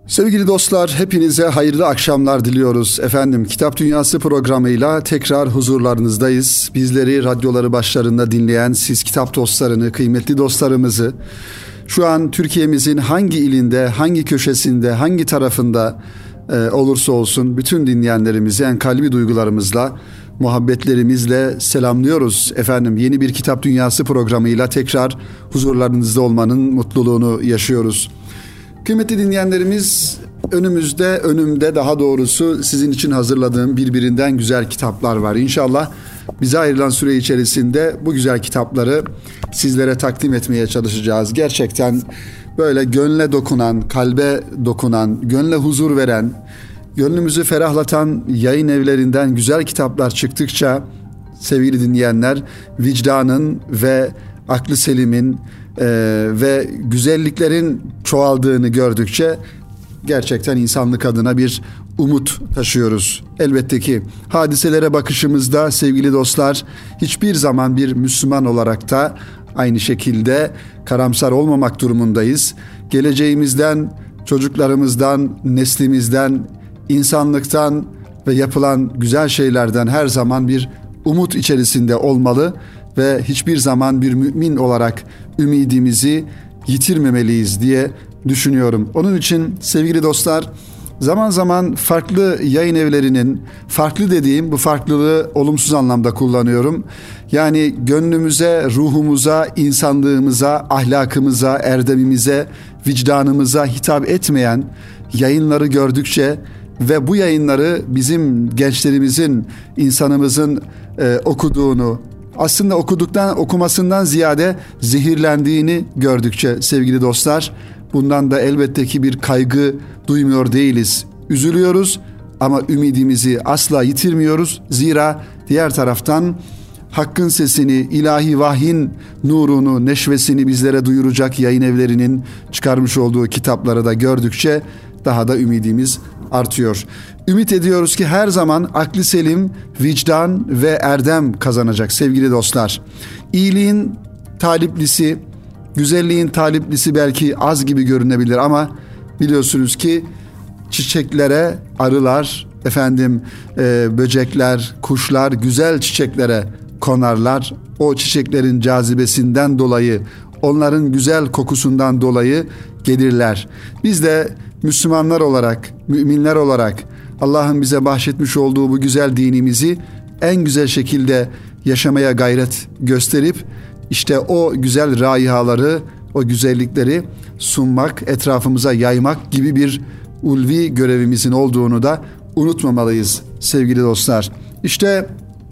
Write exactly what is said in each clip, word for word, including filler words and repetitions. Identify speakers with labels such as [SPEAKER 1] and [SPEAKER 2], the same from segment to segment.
[SPEAKER 1] Sevgili dostlar, hepinize hayırlı akşamlar diliyoruz. Efendim, Kitap Dünyası programıyla tekrar huzurlarınızdayız. Bizleri radyoları başlarında dinleyen siz kitap dostlarını, kıymetli dostlarımızı şu an Türkiye'mizin hangi ilinde, hangi köşesinde, hangi tarafında e, olursa olsun bütün dinleyenlerimizi en kalbi duygularımızla, muhabbetlerimizle selamlıyoruz. Efendim, yeni bir Kitap Dünyası programıyla tekrar huzurlarınızda olmanın mutluluğunu yaşıyoruz. Kıymetli dinleyenlerimiz, önümüzde, önümde daha doğrusu sizin için hazırladığım birbirinden güzel kitaplar var. İnşallah bize ayrılan süre içerisinde bu güzel kitapları sizlere takdim etmeye çalışacağız. Gerçekten böyle gönle dokunan, kalbe dokunan, gönle huzur veren, gönlümüzü ferahlatan yayın evlerinden güzel kitaplar çıktıkça sevgili dinleyenler, vicdanın ve aklı selimin Ee, ve güzelliklerin çoğaldığını gördükçe gerçekten insanlık adına bir umut taşıyoruz. Elbette ki hadiselere bakışımızda sevgili dostlar hiçbir zaman bir Müslüman olarak da aynı şekilde karamsar olmamak durumundayız. Geleceğimizden, çocuklarımızdan, neslimizden, insanlıktan ve yapılan güzel şeylerden her zaman bir umut içerisinde olmalı ve hiçbir zaman bir mümin olarak ümidimizi yitirmemeliyiz diye düşünüyorum. Onun için sevgili dostlar, zaman zaman farklı yayın evlerinin, farklı dediğim bu farklılığı olumsuz anlamda kullanıyorum. Yani gönlümüze, ruhumuza, insanlığımıza, ahlakımıza, erdemimize, vicdanımıza hitap etmeyen yayınları gördükçe ve bu yayınları bizim gençlerimizin, insanımızın e, okuduğunu, aslında okuduktan, okumasından ziyade zehirlendiğini gördükçe sevgili dostlar, bundan da elbette ki bir kaygı duymuyor değiliz. Üzülüyoruz ama ümidimizi asla yitirmiyoruz. Zira diğer taraftan Hakk'ın sesini, ilahi vahyin nurunu, neşvesini bizlere duyuracak yayın evlerinin çıkarmış olduğu kitapları da gördükçe daha da ümidimiz artıyor. Ümit ediyoruz ki her zaman aklı selim, vicdan ve erdem kazanacak sevgili dostlar. İyiliğin taliplisi, güzelliğin taliplisi belki az gibi görünebilir ama biliyorsunuz ki çiçeklere arılar, efendim e, böcekler, kuşlar güzel çiçeklere konarlar. O çiçeklerin cazibesinden dolayı, onların güzel kokusundan dolayı gelirler. Biz de Müslümanlar olarak, müminler olarak Allah'ın bize bahşetmiş olduğu bu güzel dinimizi en güzel şekilde yaşamaya gayret gösterip işte o güzel raihaları, o güzellikleri sunmak, etrafımıza yaymak gibi bir ulvi görevimizin olduğunu da unutmamalıyız sevgili dostlar. İşte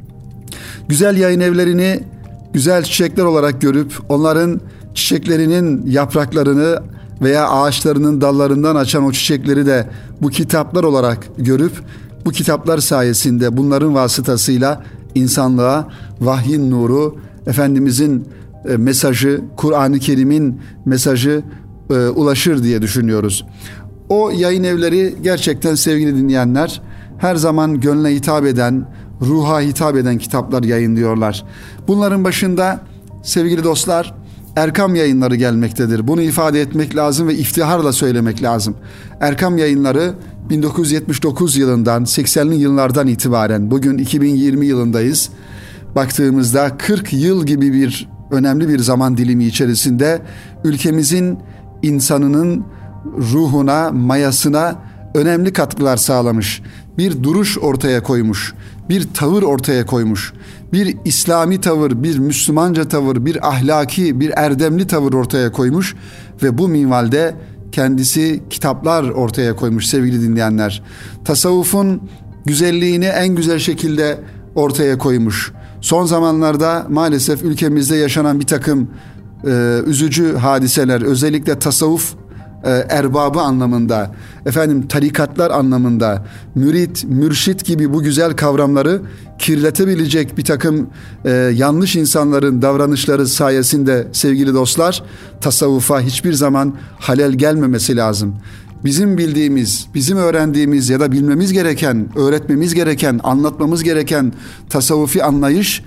[SPEAKER 1] güzel yayın evlerini güzel çiçekler olarak görüp onların çiçeklerinin yapraklarını veya ağaçlarının dallarından açan o çiçekleri de bu kitaplar olarak görüp bu kitaplar sayesinde bunların vasıtasıyla insanlığa vahyin nuru, Efendimizin e, mesajı, Kur'an-ı Kerim'in mesajı e, ulaşır diye düşünüyoruz. O yayın evleri gerçekten sevgili dinleyenler her zaman gönle hitap eden, ruha hitap eden kitaplar yayınlıyorlar. Bunların başında sevgili dostlar Erkam Yayınları gelmektedir. Bunu ifade etmek lazım ve iftiharla söylemek lazım. Erkam Yayınları bin dokuz yüz yetmiş dokuz yılından, seksenli yıllardan itibaren bugün iki bin yirmi yılındayız. Baktığımızda kırk yıl gibi bir önemli bir zaman dilimi içerisinde ülkemizin insanının ruhuna, mayasına önemli katkılar sağlamış. Bir duruş ortaya koymuş, bir tavır ortaya koymuş. Bir İslami tavır, bir Müslümanca tavır, bir ahlaki, bir erdemli tavır ortaya koymuş ve bu minvalde kendisi kitaplar ortaya koymuş sevgili dinleyenler. Tasavvufun güzelliğini en güzel şekilde ortaya koymuş. Son zamanlarda maalesef ülkemizde yaşanan bir takım e, üzücü hadiseler, özellikle tasavvuf e, erbabı anlamında, efendim tarikatlar anlamında, mürit, mürşit gibi bu güzel kavramları kirletebilecek bir takım e, yanlış insanların davranışları sayesinde sevgili dostlar, tasavvufa hiçbir zaman halel gelmemesi lazım. Bizim bildiğimiz, bizim öğrendiğimiz ya da bilmemiz gereken, öğretmemiz gereken, anlatmamız gereken tasavvufi anlayış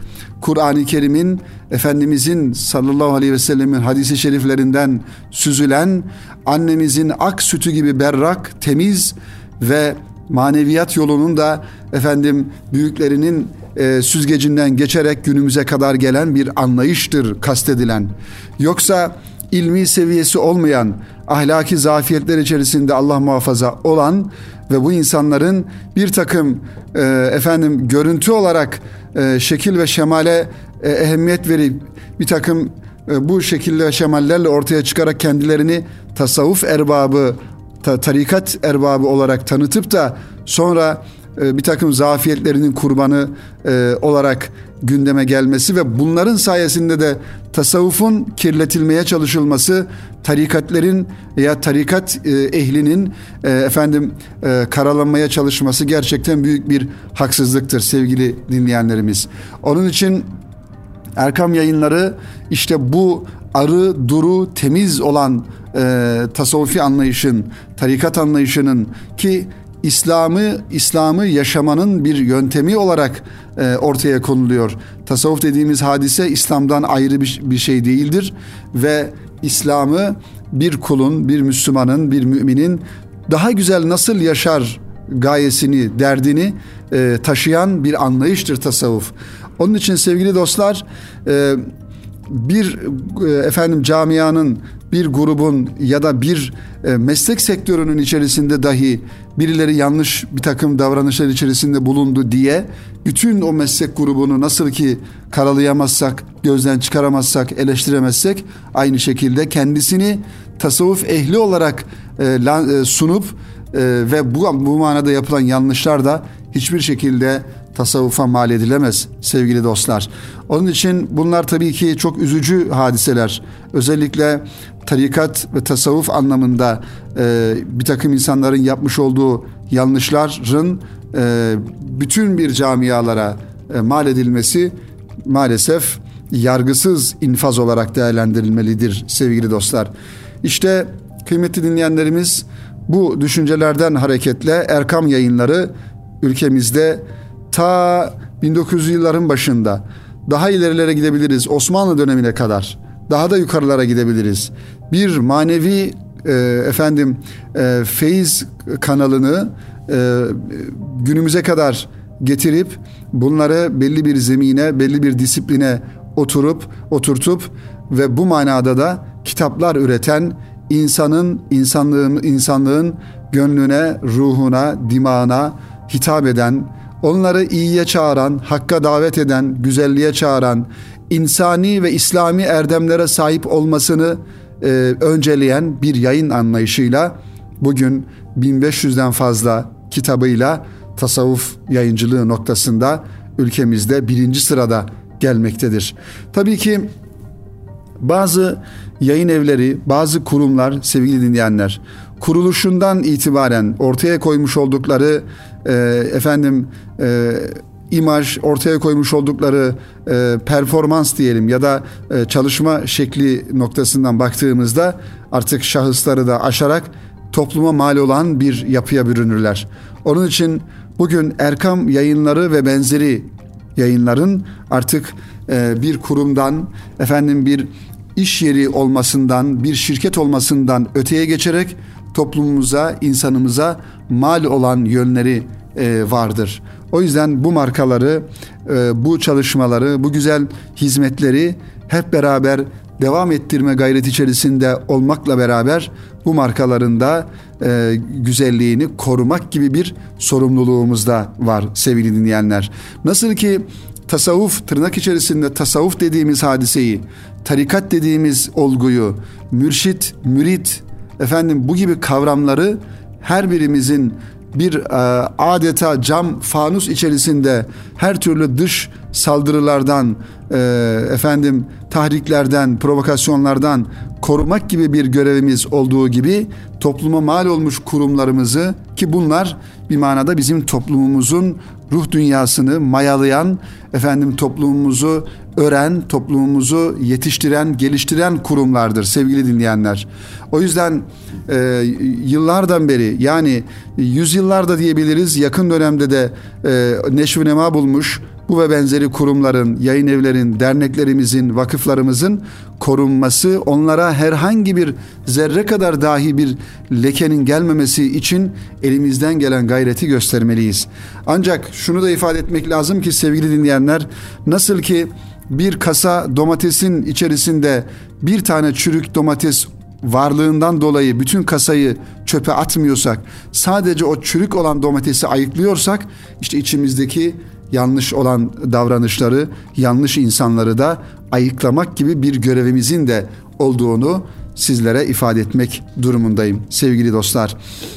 [SPEAKER 1] Kur'an-ı Kerim'in, Efendimizin sallallahu aleyhi ve sellemin hadisi şeriflerinden süzülen, annemizin ak sütü gibi berrak, temiz ve maneviyat yolunun da efendim büyüklerinin e, süzgecinden geçerek günümüze kadar gelen bir anlayıştır kastedilen. Yoksa ilmi seviyesi olmayan, ahlaki zafiyetler içerisinde Allah muhafaza olan ve bu insanların bir takım e, efendim görüntü olarak e, şekil ve şemale e, ehemmiyet verip bir takım e, bu şekil ve şemallerle ortaya çıkarak kendilerini tasavvuf erbabı, ta, tarikat erbabı olarak tanıtıp da sonra e, bir takım zafiyetlerinin kurbanı e, olarak gündeme gelmesi ve bunların sayesinde de tasavvufun kirletilmeye çalışılması, tarikatlerin veya tarikat e, ehlinin e, efendim e, karalanmaya çalışması gerçekten büyük bir haksızlıktır sevgili dinleyenlerimiz. Onun için Erkam Yayınları işte bu arı, duru, temiz olan e, tasavvufi anlayışın, tarikat anlayışının ki İslam'ı İslam'ı yaşamanın bir yöntemi olarak e, ortaya konuluyor. Tasavvuf dediğimiz hadise İslam'dan ayrı bir, bir şey değildir ve İslam'ı bir kulun, bir Müslümanın, bir müminin daha güzel nasıl yaşar gayesini, derdini e, taşıyan bir anlayıştır tasavvuf. Onun için sevgili dostlar, e, bir e, efendim camianın, bir grubun ya da bir e, meslek sektörünün içerisinde dahi birileri yanlış bir takım davranışlar içerisinde bulundu diye bütün o meslek grubunu nasıl ki karalayamazsak, gözden çıkaramazsak, eleştiremezsek, aynı şekilde kendisini tasavvuf ehli olarak e, la, e, sunup e, ve bu, bu manada yapılan yanlışlar da hiçbir şekilde tasavvufa mal edilemez sevgili dostlar. Onun için bunlar tabii ki çok üzücü hadiseler. Özellikle tarikat ve tasavvuf anlamında e, bir takım insanların yapmış olduğu yanlışların e, bütün bir camialara e, mal edilmesi maalesef yargısız infaz olarak değerlendirilmelidir sevgili dostlar. İşte kıymetli dinleyenlerimiz, bu düşüncelerden hareketle Erkam Yayınları ülkemizde ta bin dokuz yüzlü yılların başında, daha ilerilere gidebiliriz, Osmanlı dönemine kadar, daha da yukarılara gidebiliriz. Bir manevi e, efendim e, feyiz kanalını e, günümüze kadar getirip bunları belli bir zemine, belli bir disipline oturup oturtup ve bu manada da kitaplar üreten, insanın insanlığın insanlığın gönlüne, ruhuna, dimağına hitap eden, onları iyiye çağıran, hakka davet eden, güzelliğe çağıran, insani ve İslami erdemlere sahip olmasını e, önceleyen bir yayın anlayışıyla bugün bin beş yüzden fazla kitabıyla tasavvuf yayıncılığı noktasında ülkemizde birinci sırada gelmektedir. Tabii ki bazı yayın evleri, bazı kurumlar sevgili dinleyenler, kuruluşundan itibaren ortaya koymuş oldukları e, efendim e, imaj, ortaya koymuş oldukları e, performans diyelim ya da e, çalışma şekli noktasından baktığımızda artık şahısları da aşarak topluma mal olan bir yapıya bürünürler. Onun için bugün Erkam Yayınları ve benzeri yayınların artık e, bir kurumdan, efendim bir iş yeri olmasından, bir şirket olmasından öteye geçerek toplumumuza, insanımıza mal olan yönleri e, vardır. O yüzden bu markaları, e, bu çalışmaları, bu güzel hizmetleri hep beraber devam ettirme gayreti içerisinde olmakla beraber bu markaların da e, güzelliğini korumak gibi bir sorumluluğumuz da var sevgili dinleyenler. Nasıl ki tasavvuf, tırnak içerisinde tasavvuf dediğimiz hadiseyi, tarikat dediğimiz olguyu, mürşit, mürit, efendim bu gibi kavramları her birimizin bir e, adeta cam fanus içerisinde her türlü dış saldırılardan, e, efendim tahriklerden, provokasyonlardan korumak gibi bir görevimiz olduğu gibi topluma mal olmuş kurumlarımızı, ki bunlar bir manada bizim toplumumuzun ruh dünyasını mayalayan, efendim toplumumuzu ören, toplumumuzu yetiştiren, geliştiren kurumlardır sevgili dinleyenler. O yüzden e, yıllardan beri, yani yüzyıllarda diyebiliriz, yakın dönemde de e, neşv-i nema bulmuş bu ve benzeri kurumların, yayın evlerin, derneklerimizin, vakıflarımızın korunması, onlara herhangi bir zerre kadar dahi bir lekenin gelmemesi için elimizden gelen gayreti göstermeliyiz. Ancak şunu da ifade etmek lazım ki sevgili dinleyenler, nasıl ki bir kasa domatesin içerisinde bir tane çürük domates varlığından dolayı bütün kasayı çöpe atmıyorsak, sadece o çürük olan domatesi ayıklıyorsak, işte içimizdeki yanlış olan davranışları, yanlış insanları da ayıklamak gibi bir görevimizin de olduğunu sizlere ifade etmek durumundayım sevgili dostlar.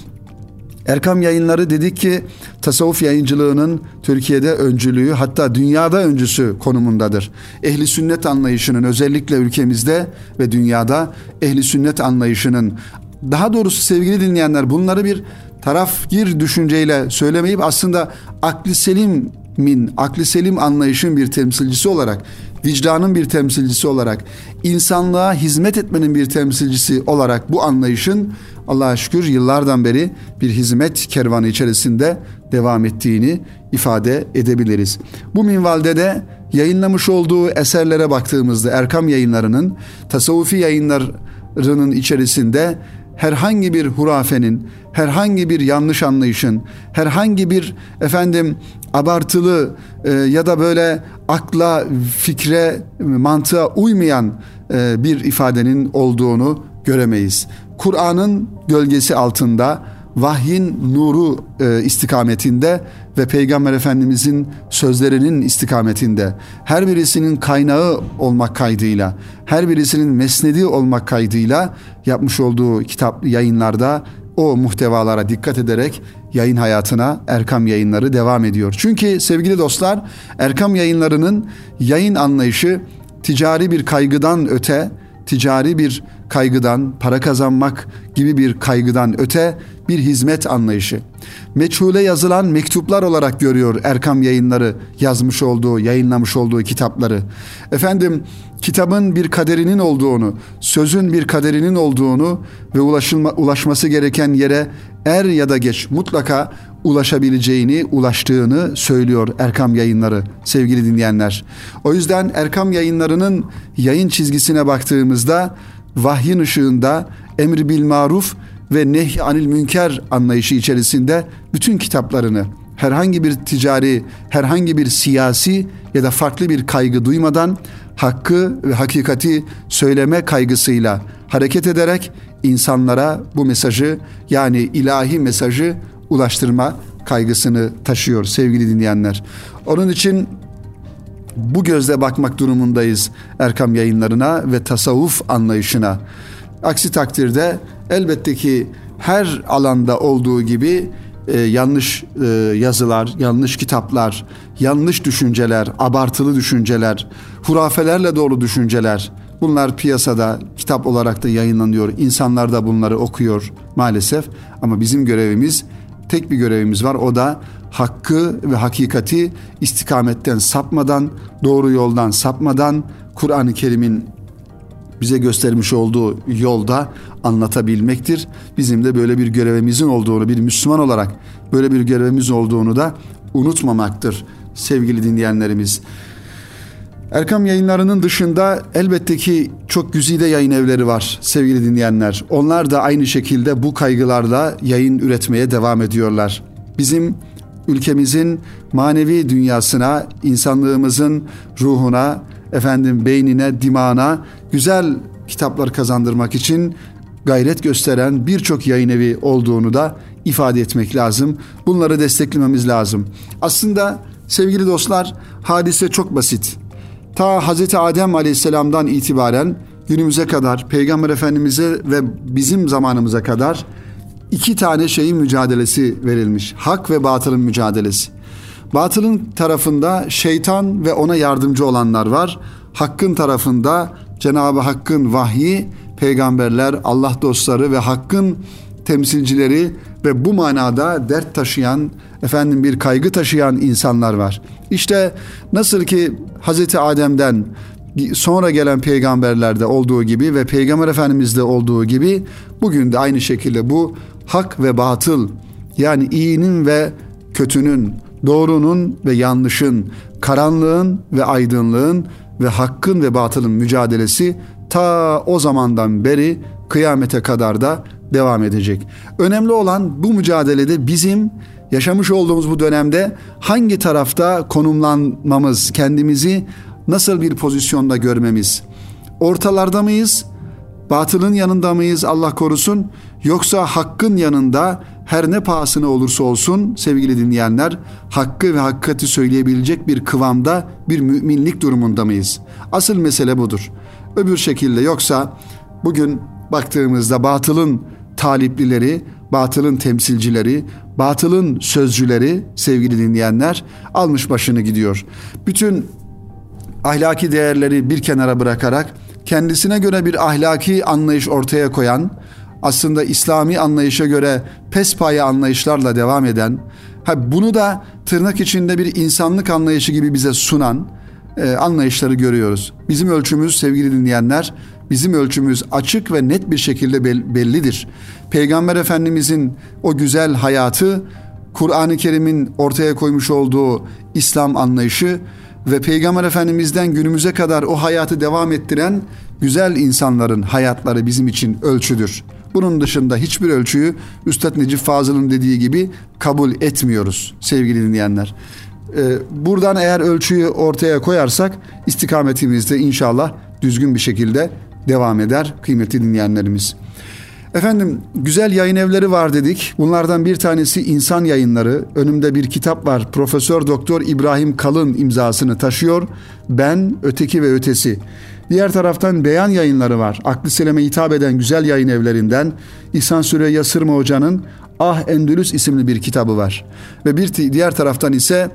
[SPEAKER 1] Erkam Yayınları dedik ki tasavvuf yayıncılığının Türkiye'de öncülüğü, hatta dünyada öncüsü konumundadır. Ehli sünnet anlayışının, özellikle ülkemizde ve dünyada ehli sünnet anlayışının, daha doğrusu sevgili dinleyenler, bunları bir tarafgir düşünceyle söylemeyip aslında akli selimin, akli selim anlayışın bir temsilcisi olarak, vicdanın bir temsilcisi olarak, insanlığa hizmet etmenin bir temsilcisi olarak bu anlayışın Allah'a şükür yıllardan beri bir hizmet kervanı içerisinde devam ettiğini ifade edebiliriz. Bu minvalde de yayınlamış olduğu eserlere baktığımızda Erkam Yayınları'nın tasavvufi yayınlarının içerisinde herhangi bir hurafenin, herhangi bir yanlış anlayışın, herhangi bir efendim abartılı e, ya da böyle akla, fikre, mantığa uymayan e, bir ifadenin olduğunu göremeyiz. Kur'an'ın gölgesi altında, vahyin nuru e, istikametinde ve Peygamber Efendimizin sözlerinin istikametinde, her birisinin kaynağı olmak kaydıyla, her birisinin mesnedi olmak kaydıyla yapmış olduğu kitap yayınlarda o muhtevalara dikkat ederek yayın hayatına Erkam Yayınları devam ediyor. Çünkü sevgili dostlar, Erkam Yayınları'nın yayın anlayışı ticari bir kaygıdan öte, ticari bir kaygıdan, para kazanmak gibi bir kaygıdan öte bir hizmet anlayışı. Meçhule yazılan mektuplar olarak görüyor Erkam Yayınları yazmış olduğu, yayınlamış olduğu kitapları. Efendim, kitabın bir kaderinin olduğunu, sözün bir kaderinin olduğunu ve ulaşılma, ulaşması gereken yere er ya da geç mutlaka ulaşabileceğini, ulaştığını söylüyor Erkam Yayınları sevgili dinleyenler. O yüzden Erkam Yayınları'nın yayın çizgisine baktığımızda vahyin ışığında emri bil maruf ve nehy anil münker anlayışı içerisinde bütün kitaplarını herhangi bir ticari, herhangi bir siyasi ya da farklı bir kaygı duymadan hakkı ve hakikati söyleme kaygısıyla hareket ederek insanlara bu mesajı, yani ilahi mesajı ulaştırma kaygısını taşıyor sevgili dinleyenler. Onun için bu gözle bakmak durumundayız Erkam Yayınlarına ve tasavvuf anlayışına. Aksi takdirde elbette ki her alanda olduğu gibi e, yanlış e, yazılar, yanlış kitaplar, yanlış düşünceler, abartılı düşünceler, hurafelerle dolu düşünceler, bunlar piyasada kitap olarak da yayınlanıyor. İnsanlar da bunları okuyor maalesef. Ama bizim görevimiz, tek bir görevimiz var. O da hakkı ve hakikati istikametten sapmadan, doğru yoldan sapmadan, Kur'an-ı Kerim'in bize göstermiş olduğu yolda anlatabilmektir. Bizim de böyle bir görevimizin olduğunu, bir Müslüman olarak böyle bir görevimiz olduğunu da unutmamaktır sevgili dinleyenlerimiz. Erkam Yayınları'nın dışında elbette ki çok güzide yayın evleri var sevgili dinleyenler. Onlar da aynı şekilde bu kaygılarla yayın üretmeye devam ediyorlar. Bizim ülkemizin manevi dünyasına, insanlığımızın ruhuna, efendim beynine, dimağına güzel kitaplar kazandırmak için gayret gösteren birçok yayın evi olduğunu da ifade etmek lazım. Bunları desteklememiz lazım. Aslında sevgili dostlar, hadise çok basit. Ta Hazreti Adem Aleyhisselam'dan itibaren günümüze kadar, Peygamber Efendimiz'e ve bizim zamanımıza kadar iki tane şeyin mücadelesi verilmiş. Hak ve batılın mücadelesi. Batılın tarafında şeytan ve ona yardımcı olanlar var. Hakkın tarafında Cenab-ı Hakk'ın vahyi, peygamberler, Allah dostları ve hakkın temsilcileri ve bu manada dert taşıyan, efendim bir kaygı taşıyan insanlar var. İşte nasıl ki Hazreti Adem'den sonra gelen peygamberlerde olduğu gibi ve Peygamber Efendimiz'de olduğu gibi bugün de aynı şekilde bu hak ve batıl, yani iyinin ve kötünün, doğrunun ve yanlışın, karanlığın ve aydınlığın ve hakkın ve batılın mücadelesi ta o zamandan beri kıyamete kadar da devam edecek. Önemli olan bu mücadelede bizim yaşamış olduğumuz bu dönemde hangi tarafta konumlanmamız, kendimizi nasıl bir pozisyonda görmemiz. Ortalarda mıyız? Batılın yanında mıyız Allah korusun? Yoksa hakkın yanında her ne pahasına olursa olsun sevgili dinleyenler, hakkı ve hakikati söyleyebilecek bir kıvamda bir müminlik durumunda mıyız? Asıl mesele budur. Öbür şekilde yoksa bugün baktığımızda batılın taliplileri, batılın temsilcileri, batılın sözcüleri sevgili dinleyenler almış başını gidiyor. Bütün ahlaki değerleri bir kenara bırakarak kendisine göre bir ahlaki anlayış ortaya koyan, aslında İslami anlayışa göre pespaye anlayışlarla devam eden, ha bunu da tırnak içinde bir insanlık anlayışı gibi bize sunan e, anlayışları görüyoruz. Bizim ölçümüz sevgili dinleyenler, bizim ölçümüz açık ve net bir şekilde bellidir. Peygamber Efendimizin o güzel hayatı, Kur'an-ı Kerim'in ortaya koymuş olduğu İslam anlayışı ve Peygamber Efendimiz'den günümüze kadar o hayatı devam ettiren güzel insanların hayatları bizim için ölçüdür. Bunun dışında hiçbir ölçüyü Üstad Necip Fazıl'ın dediği gibi kabul etmiyoruz sevgili dinleyenler. Ee, buradan eğer ölçüyü ortaya koyarsak istikametimiz de inşallah düzgün bir şekilde devam eder kıymetli dinleyenlerimiz. Efendim güzel yayın evleri var dedik. Bunlardan bir tanesi İnsan Yayınları. Önümde bir kitap var. Profesör Doktor İbrahim Kalın imzasını taşıyor. Ben, Öteki ve Ötesi. Diğer taraftan Beyan Yayınları var. Aklı seleme hitap eden güzel yayın evlerinden İhsan Süreyya Sırma Hoca'nın Ah Endülüs isimli bir kitabı var. Ve bir diğer taraftan ise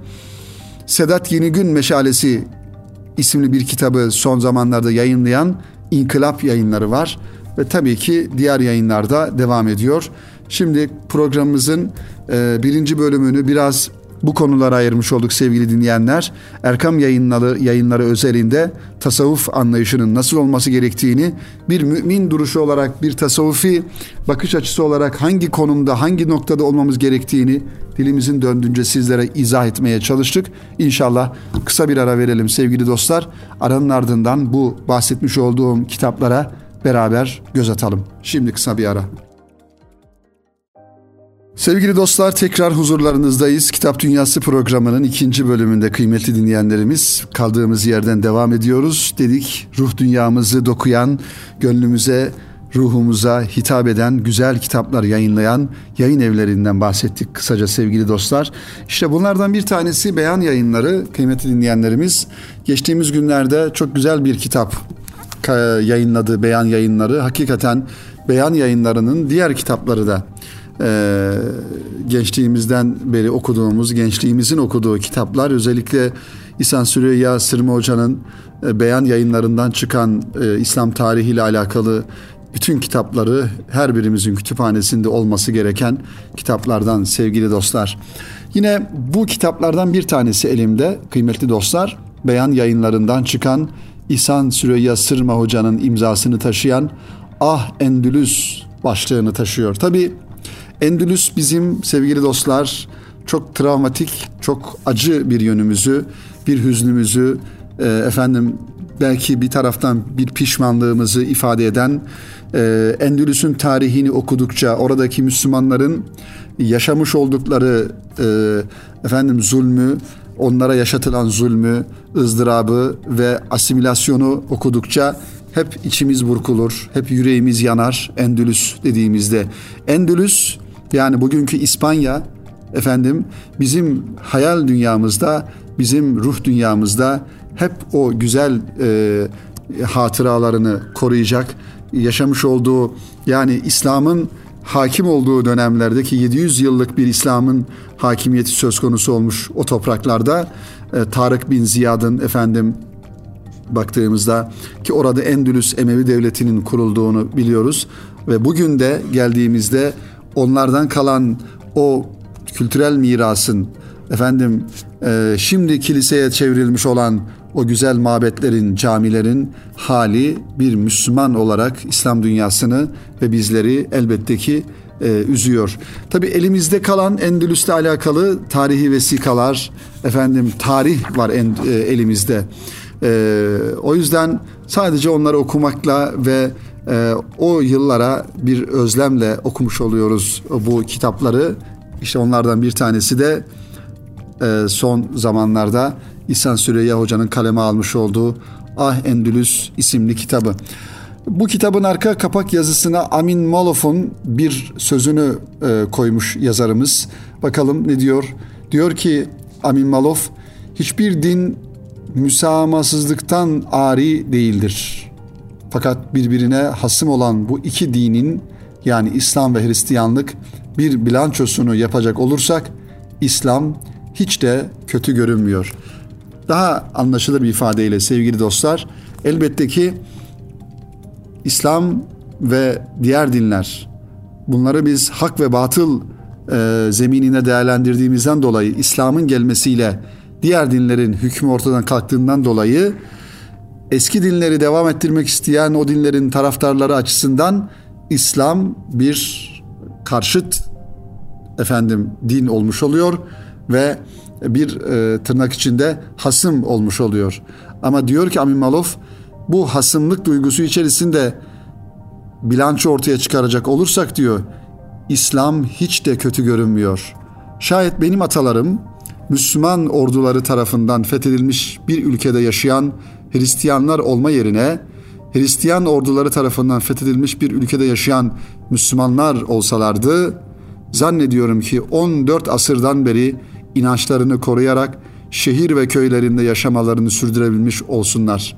[SPEAKER 1] Sedat Yenigün Meşalesi isimli bir kitabı son zamanlarda yayınlayan İnkılap Yayınları var. Ve tabii ki diğer yayınlarda devam ediyor. Şimdi programımızın e, birinci bölümünü biraz bu konulara ayırmış olduk sevgili dinleyenler. Erkam Yayınları, yayınları özelinde tasavvuf anlayışının nasıl olması gerektiğini, bir mümin duruşu olarak, bir tasavvufi bakış açısı olarak hangi konumda, hangi noktada olmamız gerektiğini dilimizin döndüğünce sizlere izah etmeye çalıştık. İnşallah kısa bir ara verelim sevgili dostlar. Aranın ardından bu bahsetmiş olduğum kitaplara beraber göz atalım. Şimdi kısa bir ara. Sevgili dostlar, tekrar huzurlarınızdayız. Kitap Dünyası programının ikinci bölümünde kıymetli dinleyenlerimiz kaldığımız yerden devam ediyoruz. Dedik ruh dünyamızı dokuyan, gönlümüze, ruhumuza hitap eden güzel kitaplar yayınlayan yayın evlerinden bahsettik kısaca sevgili dostlar. İşte bunlardan bir tanesi Beyan Yayınları kıymetli dinleyenlerimiz. Geçtiğimiz günlerde çok güzel bir kitap yayınladı Beyan Yayınları. Hakikaten Beyan Yayınları'nın diğer kitapları da Ee, gençliğimizden beri okuduğumuz, gençliğimizin okuduğu kitaplar, özellikle İhsan Süreyya Sırma Hoca'nın e, Beyan Yayınlarından çıkan e, İslam tarihiyle alakalı bütün kitapları her birimizin kütüphanesinde olması gereken kitaplardan sevgili dostlar. Yine bu kitaplardan bir tanesi elimde kıymetli dostlar, Beyan Yayınlarından çıkan İhsan Süreyya Sırma Hoca'nın imzasını taşıyan Ah Endülüs başlığını taşıyor. Tabii Endülüs bizim sevgili dostlar çok travmatik, çok acı bir yönümüzü, bir hüznümüzü, e, efendim belki bir taraftan bir pişmanlığımızı ifade eden, e, Endülüs'ün tarihini okudukça oradaki Müslümanların yaşamış oldukları e, efendim zulmü, onlara yaşatılan zulmü, ızdırabı ve asimilasyonu okudukça hep içimiz burkulur, hep yüreğimiz yanar Endülüs dediğimizde. Endülüs yani bugünkü İspanya efendim bizim hayal dünyamızda, bizim ruh dünyamızda hep o güzel e, hatıralarını koruyacak, yaşamış olduğu yani İslam'ın hakim olduğu dönemlerdeki yedi yüz yıllık bir İslam'ın hakimiyeti söz konusu olmuş o topraklarda e, Tarık bin Ziyad'ın efendim baktığımızda ki orada Endülüs Emevi Devleti'nin kurulduğunu biliyoruz ve bugün de geldiğimizde onlardan kalan o kültürel mirasın efendim e, şimdi kiliseye çevrilmiş olan o güzel mabetlerin, camilerin hali bir Müslüman olarak İslam dünyasını ve bizleri elbette ki e, üzüyor. Tabii elimizde kalan Endülüs'le alakalı tarihi vesikalar, efendim tarih var en, e, elimizde. E, o yüzden sadece onları okumakla ve e, o yıllara bir özlemle okumuş oluyoruz bu kitapları. İşte onlardan bir tanesi de e, son zamanlarda İhsan Süreyya Hoca'nın kaleme almış olduğu Ah Endülüs isimli kitabı. Bu kitabın arka kapak yazısına Amin Malof'un bir sözünü e, koymuş yazarımız. Bakalım ne diyor? Diyor ki Amin Malof, hiçbir din müsamahasızlıktan ari değildir. Fakat birbirine hasım olan bu iki dinin, yani İslam ve Hristiyanlık, bir bilançosunu yapacak olursak İslam hiç de kötü görünmüyor. Daha anlaşılır bir ifadeyle sevgili dostlar, elbette ki İslam ve diğer dinler, bunları biz hak ve batıl e, zeminine değerlendirdiğimizden dolayı, İslam'ın gelmesiyle diğer dinlerin hükmü ortadan kalktığından dolayı eski dinleri devam ettirmek isteyen o dinlerin taraftarları açısından İslam bir karşıt efendim din olmuş oluyor ve bir e, tırnak içinde hasım olmuş oluyor. Ama diyor ki Amin Malof, bu hasımlık duygusu içerisinde bilanço ortaya çıkaracak olursak diyor, İslam hiç de kötü görünmüyor. Şayet benim atalarım Müslüman orduları tarafından fethedilmiş bir ülkede yaşayan Hristiyanlar olma yerine Hristiyan orduları tarafından fethedilmiş bir ülkede yaşayan Müslümanlar olsalardı, zannediyorum ki on dört asırdan beri inançlarını koruyarak şehir ve köylerinde yaşamalarını sürdürebilmiş olsunlar.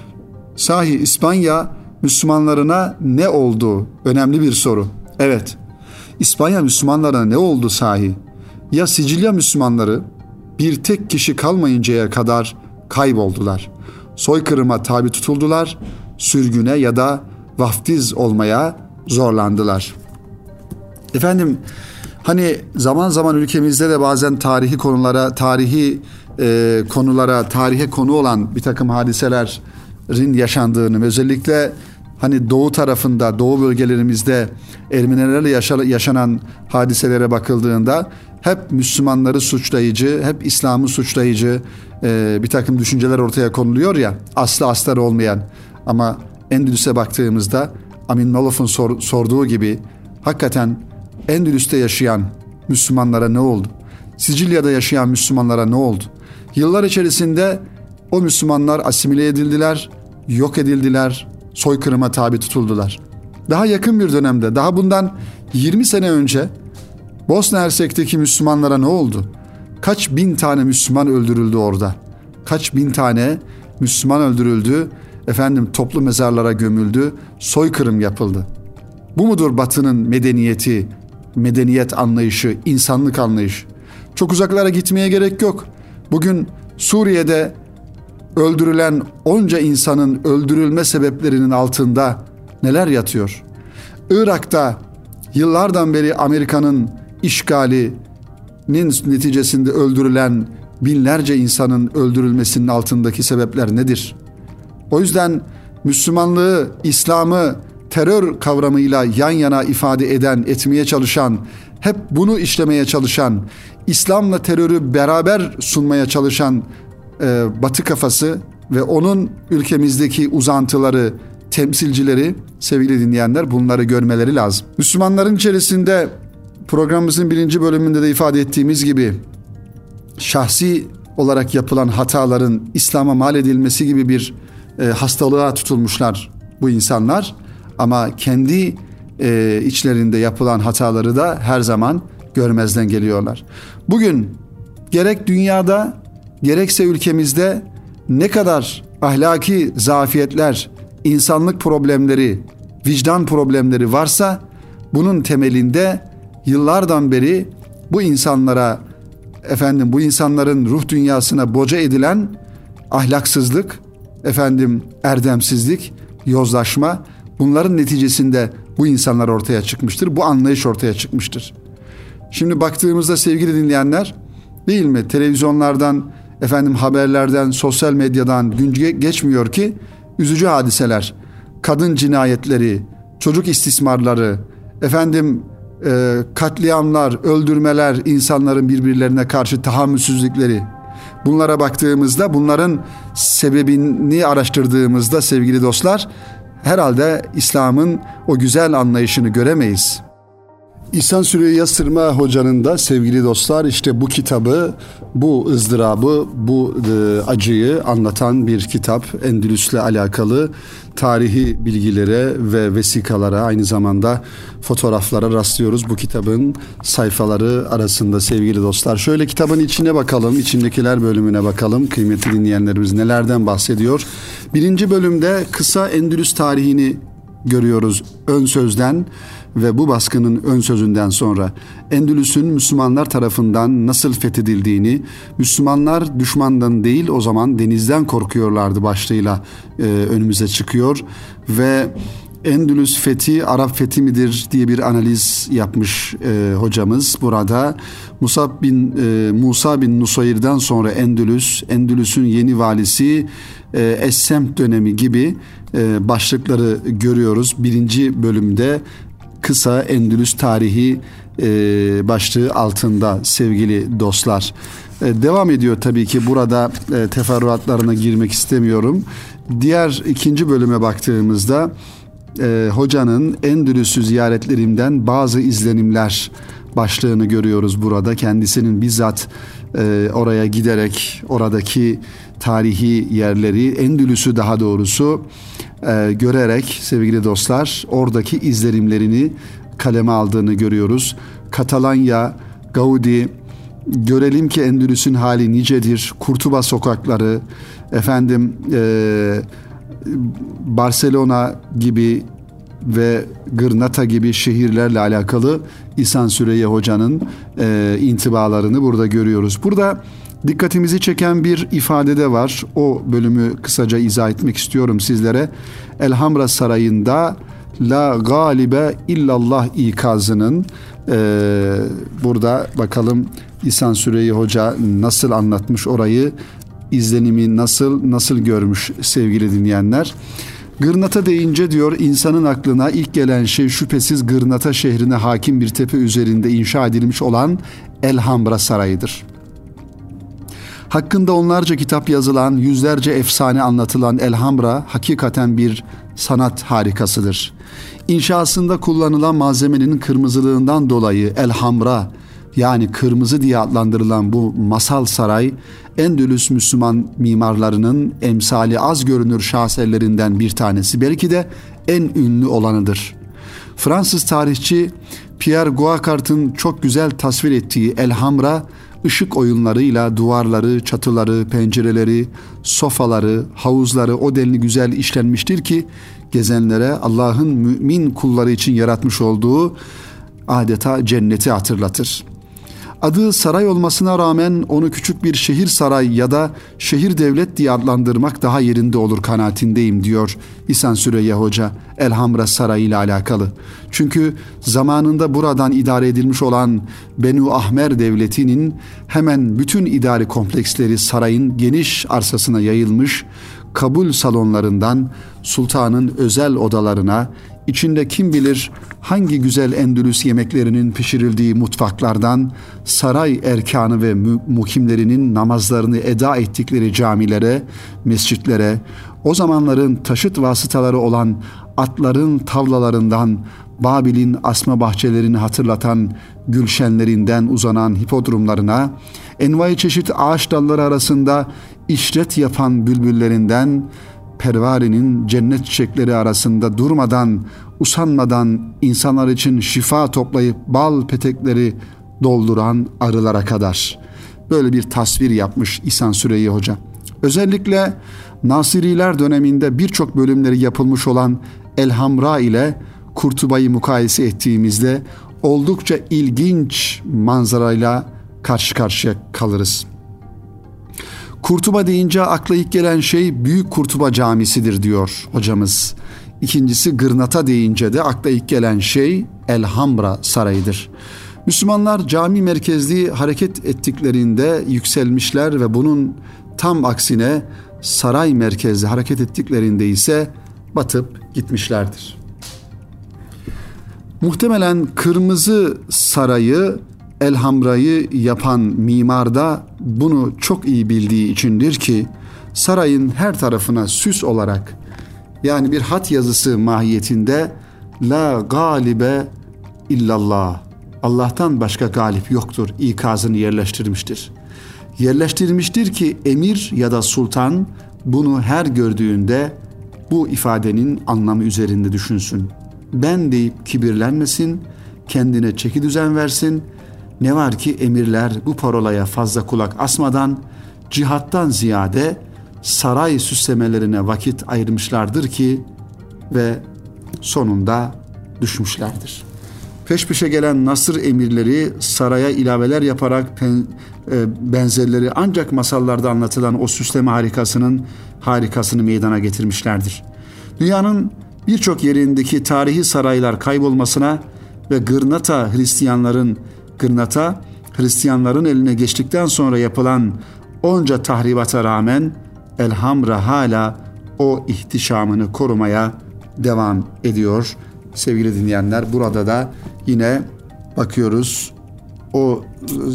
[SPEAKER 1] Sahi İspanya Müslümanlarına ne oldu? Önemli bir soru. Evet, İspanya Müslümanlarına ne oldu sahi? Ya Sicilya Müslümanları bir tek kişi kalmayıncaya kadar kayboldular. Soykırıma tabi tutuldular, sürgüne ya da vaftiz olmaya zorlandılar. Efendim, hani zaman zaman ülkemizde de bazen tarihi konulara, tarihi e, konulara, tarihe konu olan bir takım hadiselerin yaşandığını, özellikle hani doğu tarafında, doğu bölgelerimizde Ermenilerle yaşa, yaşanan hadiselere bakıldığında hep Müslümanları suçlayıcı, hep İslam'ı suçlayıcı e, bir takım düşünceler ortaya konuluyor ya, aslı astarı olmayan. Ama Endülüs'e baktığımızda Amin Malof'un sor, sorduğu gibi hakikaten Endülüs'te yaşayan Müslümanlara ne oldu? Sicilya'da yaşayan Müslümanlara ne oldu? Yıllar içerisinde o Müslümanlar asimile edildiler, yok edildiler, soykırıma tabi tutuldular. Daha yakın bir dönemde, daha bundan yirmi sene önce Bosna Hersek'teki Müslümanlara ne oldu? Kaç bin tane Müslüman öldürüldü orada? Kaç bin tane Müslüman öldürüldü? Efendim toplu mezarlara gömüldü, soykırım yapıldı. Bu mudur Batı'nın medeniyeti, medeniyet anlayışı, insanlık anlayışı? Çok uzaklara gitmeye gerek yok. Bugün Suriye'de öldürülen onca insanın öldürülme sebeplerinin altında neler yatıyor? Irak'ta yıllardan beri Amerika'nın işgalinin neticesinde öldürülen binlerce insanın öldürülmesinin altındaki sebepler nedir? O yüzden Müslümanlığı, İslam'ı terör kavramıyla yan yana ifade eden, etmeye çalışan, hep bunu işlemeye çalışan, İslam'la terörü beraber sunmaya çalışan e, Batı kafası ve onun ülkemizdeki uzantıları, temsilcileri, sevgili dinleyenler, bunları görmeleri lazım. Müslümanların içerisinde programımızın birinci bölümünde de ifade ettiğimiz gibi şahsi olarak yapılan hataların İslam'a mal edilmesi gibi bir e, hastalığa tutulmuşlar bu insanlar. Ama kendi e, içlerinde yapılan hataları da her zaman görmezden geliyorlar. Bugün gerek dünyada gerekse ülkemizde ne kadar ahlaki zafiyetler, insanlık problemleri, vicdan problemleri varsa bunun temelinde yıllardan beri bu insanlara, efendim bu insanların ruh dünyasına boca edilen ahlaksızlık, efendim erdemsizlik, yozlaşma, bunların neticesinde bu insanlar ortaya çıkmıştır. Bu anlayış ortaya çıkmıştır. Şimdi baktığımızda sevgili dinleyenler, değil mi? Televizyonlardan, efendim haberlerden, sosyal medyadan gün geçmiyor ki üzücü hadiseler, kadın cinayetleri, çocuk istismarları, efendim e, katliamlar, öldürmeler, insanların birbirlerine karşı tahammülsüzlükleri, bunlara baktığımızda, bunların sebebini araştırdığımızda sevgili dostlar, herhalde İslam'ın o güzel anlayışını göremeyiz. İhsan Süreyya Sırma Hoca'nın da sevgili dostlar işte bu kitabı, bu ızdırabı, bu e, acıyı anlatan bir kitap. Endülüs'le alakalı tarihi bilgilere ve vesikalara, aynı zamanda fotoğraflara rastlıyoruz bu kitabın sayfaları arasında sevgili dostlar. Şöyle kitabın içine bakalım, içindekiler bölümüne bakalım. Kıymetli dinleyenlerimiz nelerden bahsediyor? Birinci bölümde kısa Endülüs tarihini görüyoruz ön sözden ve bu baskının ön sözünden sonra Endülüs'ün Müslümanlar tarafından nasıl fethedildiğini, Müslümanlar düşmandan değil o zaman denizden korkuyorlardı başlığıyla e, önümüze çıkıyor ve Endülüs fethi Arap fethi midir diye bir analiz yapmış e, hocamız burada. Musab bin e, Musa bin Nusayr'dan sonra Endülüs, Endülüs'ün yeni valisi e, Es-Semt dönemi gibi e, başlıkları görüyoruz. Birinci bölümde kısa Endülüs tarihi e, başlığı altında sevgili dostlar. E, devam ediyor tabii ki, burada e, teferruatlarına girmek istemiyorum. Diğer ikinci bölüme baktığımızda e, hocanın Endülüs'ü ziyaretlerinden bazı izlenimler başlığını görüyoruz burada. Kendisinin bizzat e, oraya giderek oradaki tarihi yerleri, Endülüs'ü daha doğrusu e, görerek sevgili dostlar oradaki izlenimlerini kaleme aldığını görüyoruz. Katalanya, Gaudi, görelim ki Endülüs'ün hali nicedir, Kurtuba sokakları, efendim e, Barcelona gibi ve Gırnata gibi şehirlerle alakalı İhsan Süreyya Hoca'nın e, intibalarını burada görüyoruz. Burada dikkatimizi çeken bir ifade de var. O bölümü kısaca izah etmek istiyorum sizlere. Elhamra Sarayı'nda La galibe illallah ikazının e, burada bakalım İhsan Süreyya Hoca nasıl anlatmış orayı, izlenimi nasıl nasıl görmüş sevgili dinleyenler. Gırnata deyince diyor, insanın aklına ilk gelen şey şüphesiz Gırnata şehrine hakim bir tepe üzerinde inşa edilmiş olan Elhamra Sarayı'dır. Hakkında onlarca kitap yazılan, yüzlerce efsane anlatılan Elhamra hakikaten bir sanat harikasıdır. İnşasında kullanılan malzemenin kırmızılığından dolayı Elhamra, yani kırmızı diye adlandırılan bu masal saray, Endülüs Müslüman mimarlarının emsali az görünür şaheserlerinden bir tanesi, belki de en ünlü olanıdır. Fransız tarihçi Pierre Guacart'ın çok güzel tasvir ettiği Elhamra, ışık oyunlarıyla duvarları, çatıları, pencereleri, sofaları, havuzları o denli güzel işlenmiştir ki gezenlere Allah'ın mümin kulları için yaratmış olduğu adeta cenneti hatırlatır. Adı saray olmasına rağmen onu küçük bir şehir saray ya da şehir devlet diye adlandırmak daha yerinde olur kanaatindeyim diyor İhsan Süreyya Hoca Elhamra Sarayı ile alakalı. Çünkü zamanında buradan idare edilmiş olan Benu Ahmer Devleti'nin hemen bütün idari kompleksleri sarayın geniş arsasına yayılmış, kabul salonlarından sultanın özel odalarına, İçinde kim bilir hangi güzel Endülüs yemeklerinin pişirildiği mutfaklardan saray erkanı ve mukimlerinin namazlarını eda ettikleri camilere, mescitlere, o zamanların taşıt vasıtaları olan atların tavlalarından Babil'in asma bahçelerini hatırlatan gülşenlerinden uzanan hipodromlarına, envai çeşit ağaç dalları arasında işret yapan bülbüllerinden, pervarenin cennet çiçekleri arasında durmadan, usanmadan insanlar için şifa toplayıp bal petekleri dolduran arılara kadar böyle bir tasvir yapmış İhsan Süreyya Hoca. Özellikle Nasiriler döneminde birçok bölümleri yapılmış olan Elhamra ile Kurtuba'yı mukayese ettiğimizde oldukça ilginç manzarayla karşı karşıya kalırız. Kurtuba deyince akla ilk gelen şey Büyük Kurtuba Camisi'dir diyor hocamız. İkincisi Gırnata deyince de akla ilk gelen şey Elhamra Sarayı'dır. Müslümanlar cami merkezli hareket ettiklerinde yükselmişler ve bunun tam aksine saray merkezli hareket ettiklerinde ise batıp gitmişlerdir. Muhtemelen Kırmızı Sarayı, Elhamra'yı yapan mimar da bunu çok iyi bildiği içindir ki sarayın her tarafına süs olarak, yani bir hat yazısı mahiyetinde la galibe illallah, Allah'tan başka galip yoktur ikazını yerleştirmiştir. Yerleştirmiştir ki emir ya da sultan bunu her gördüğünde bu ifadenin anlamı üzerinde düşünsün. Ben deyip kibirlenmesin, kendine çeki düzen versin. Ne var ki emirler bu parolaya fazla kulak asmadan cihattan ziyade saray süslemelerine vakit ayırmışlardır ki ve sonunda düşmüşlerdir. Peş peşe gelen nasır emirleri saraya ilaveler yaparak pen, e, benzerleri ancak masallarda anlatılan o süsleme harikasının harikasını meydana getirmişlerdir. Dünyanın birçok yerindeki tarihi saraylar kaybolmasına ve Gırnata Hristiyanların Gırnata Hristiyanların eline geçtikten sonra yapılan onca tahribata rağmen Elhamra hala o ihtişamını korumaya devam ediyor. Sevgili dinleyenler, burada da yine bakıyoruz o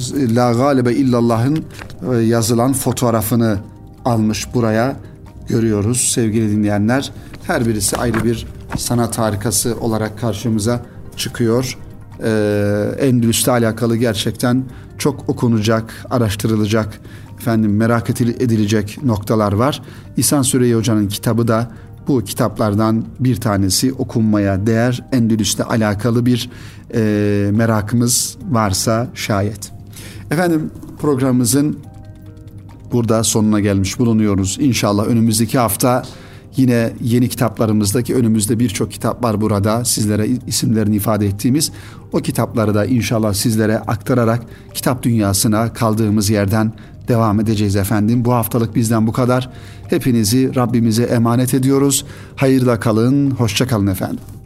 [SPEAKER 1] La Galibe illallah'ın yazılan fotoğrafını almış buraya, görüyoruz sevgili dinleyenler. Her birisi ayrı bir sanat harikası olarak karşımıza çıkıyor. Ee, Endülüs'le alakalı gerçekten çok okunacak, araştırılacak, efendim merak edilecek noktalar var. İhsan Süreyya Hoca'nın kitabı da bu kitaplardan bir tanesi, okunmaya değer. Endülüs'le alakalı bir e, merakımız varsa şayet. Efendim, programımızın burada sonuna gelmiş bulunuyoruz. İnşallah önümüzdeki hafta yine yeni kitaplarımızdaki, önümüzde birçok kitap var burada, sizlere isimlerini ifade ettiğimiz o kitapları da inşallah sizlere aktararak kitap dünyasına kaldığımız yerden devam edeceğiz efendim. Bu haftalık bizden bu kadar. Hepinizi Rabbimize emanet ediyoruz. Hayırla kalın, hoşça kalın efendim.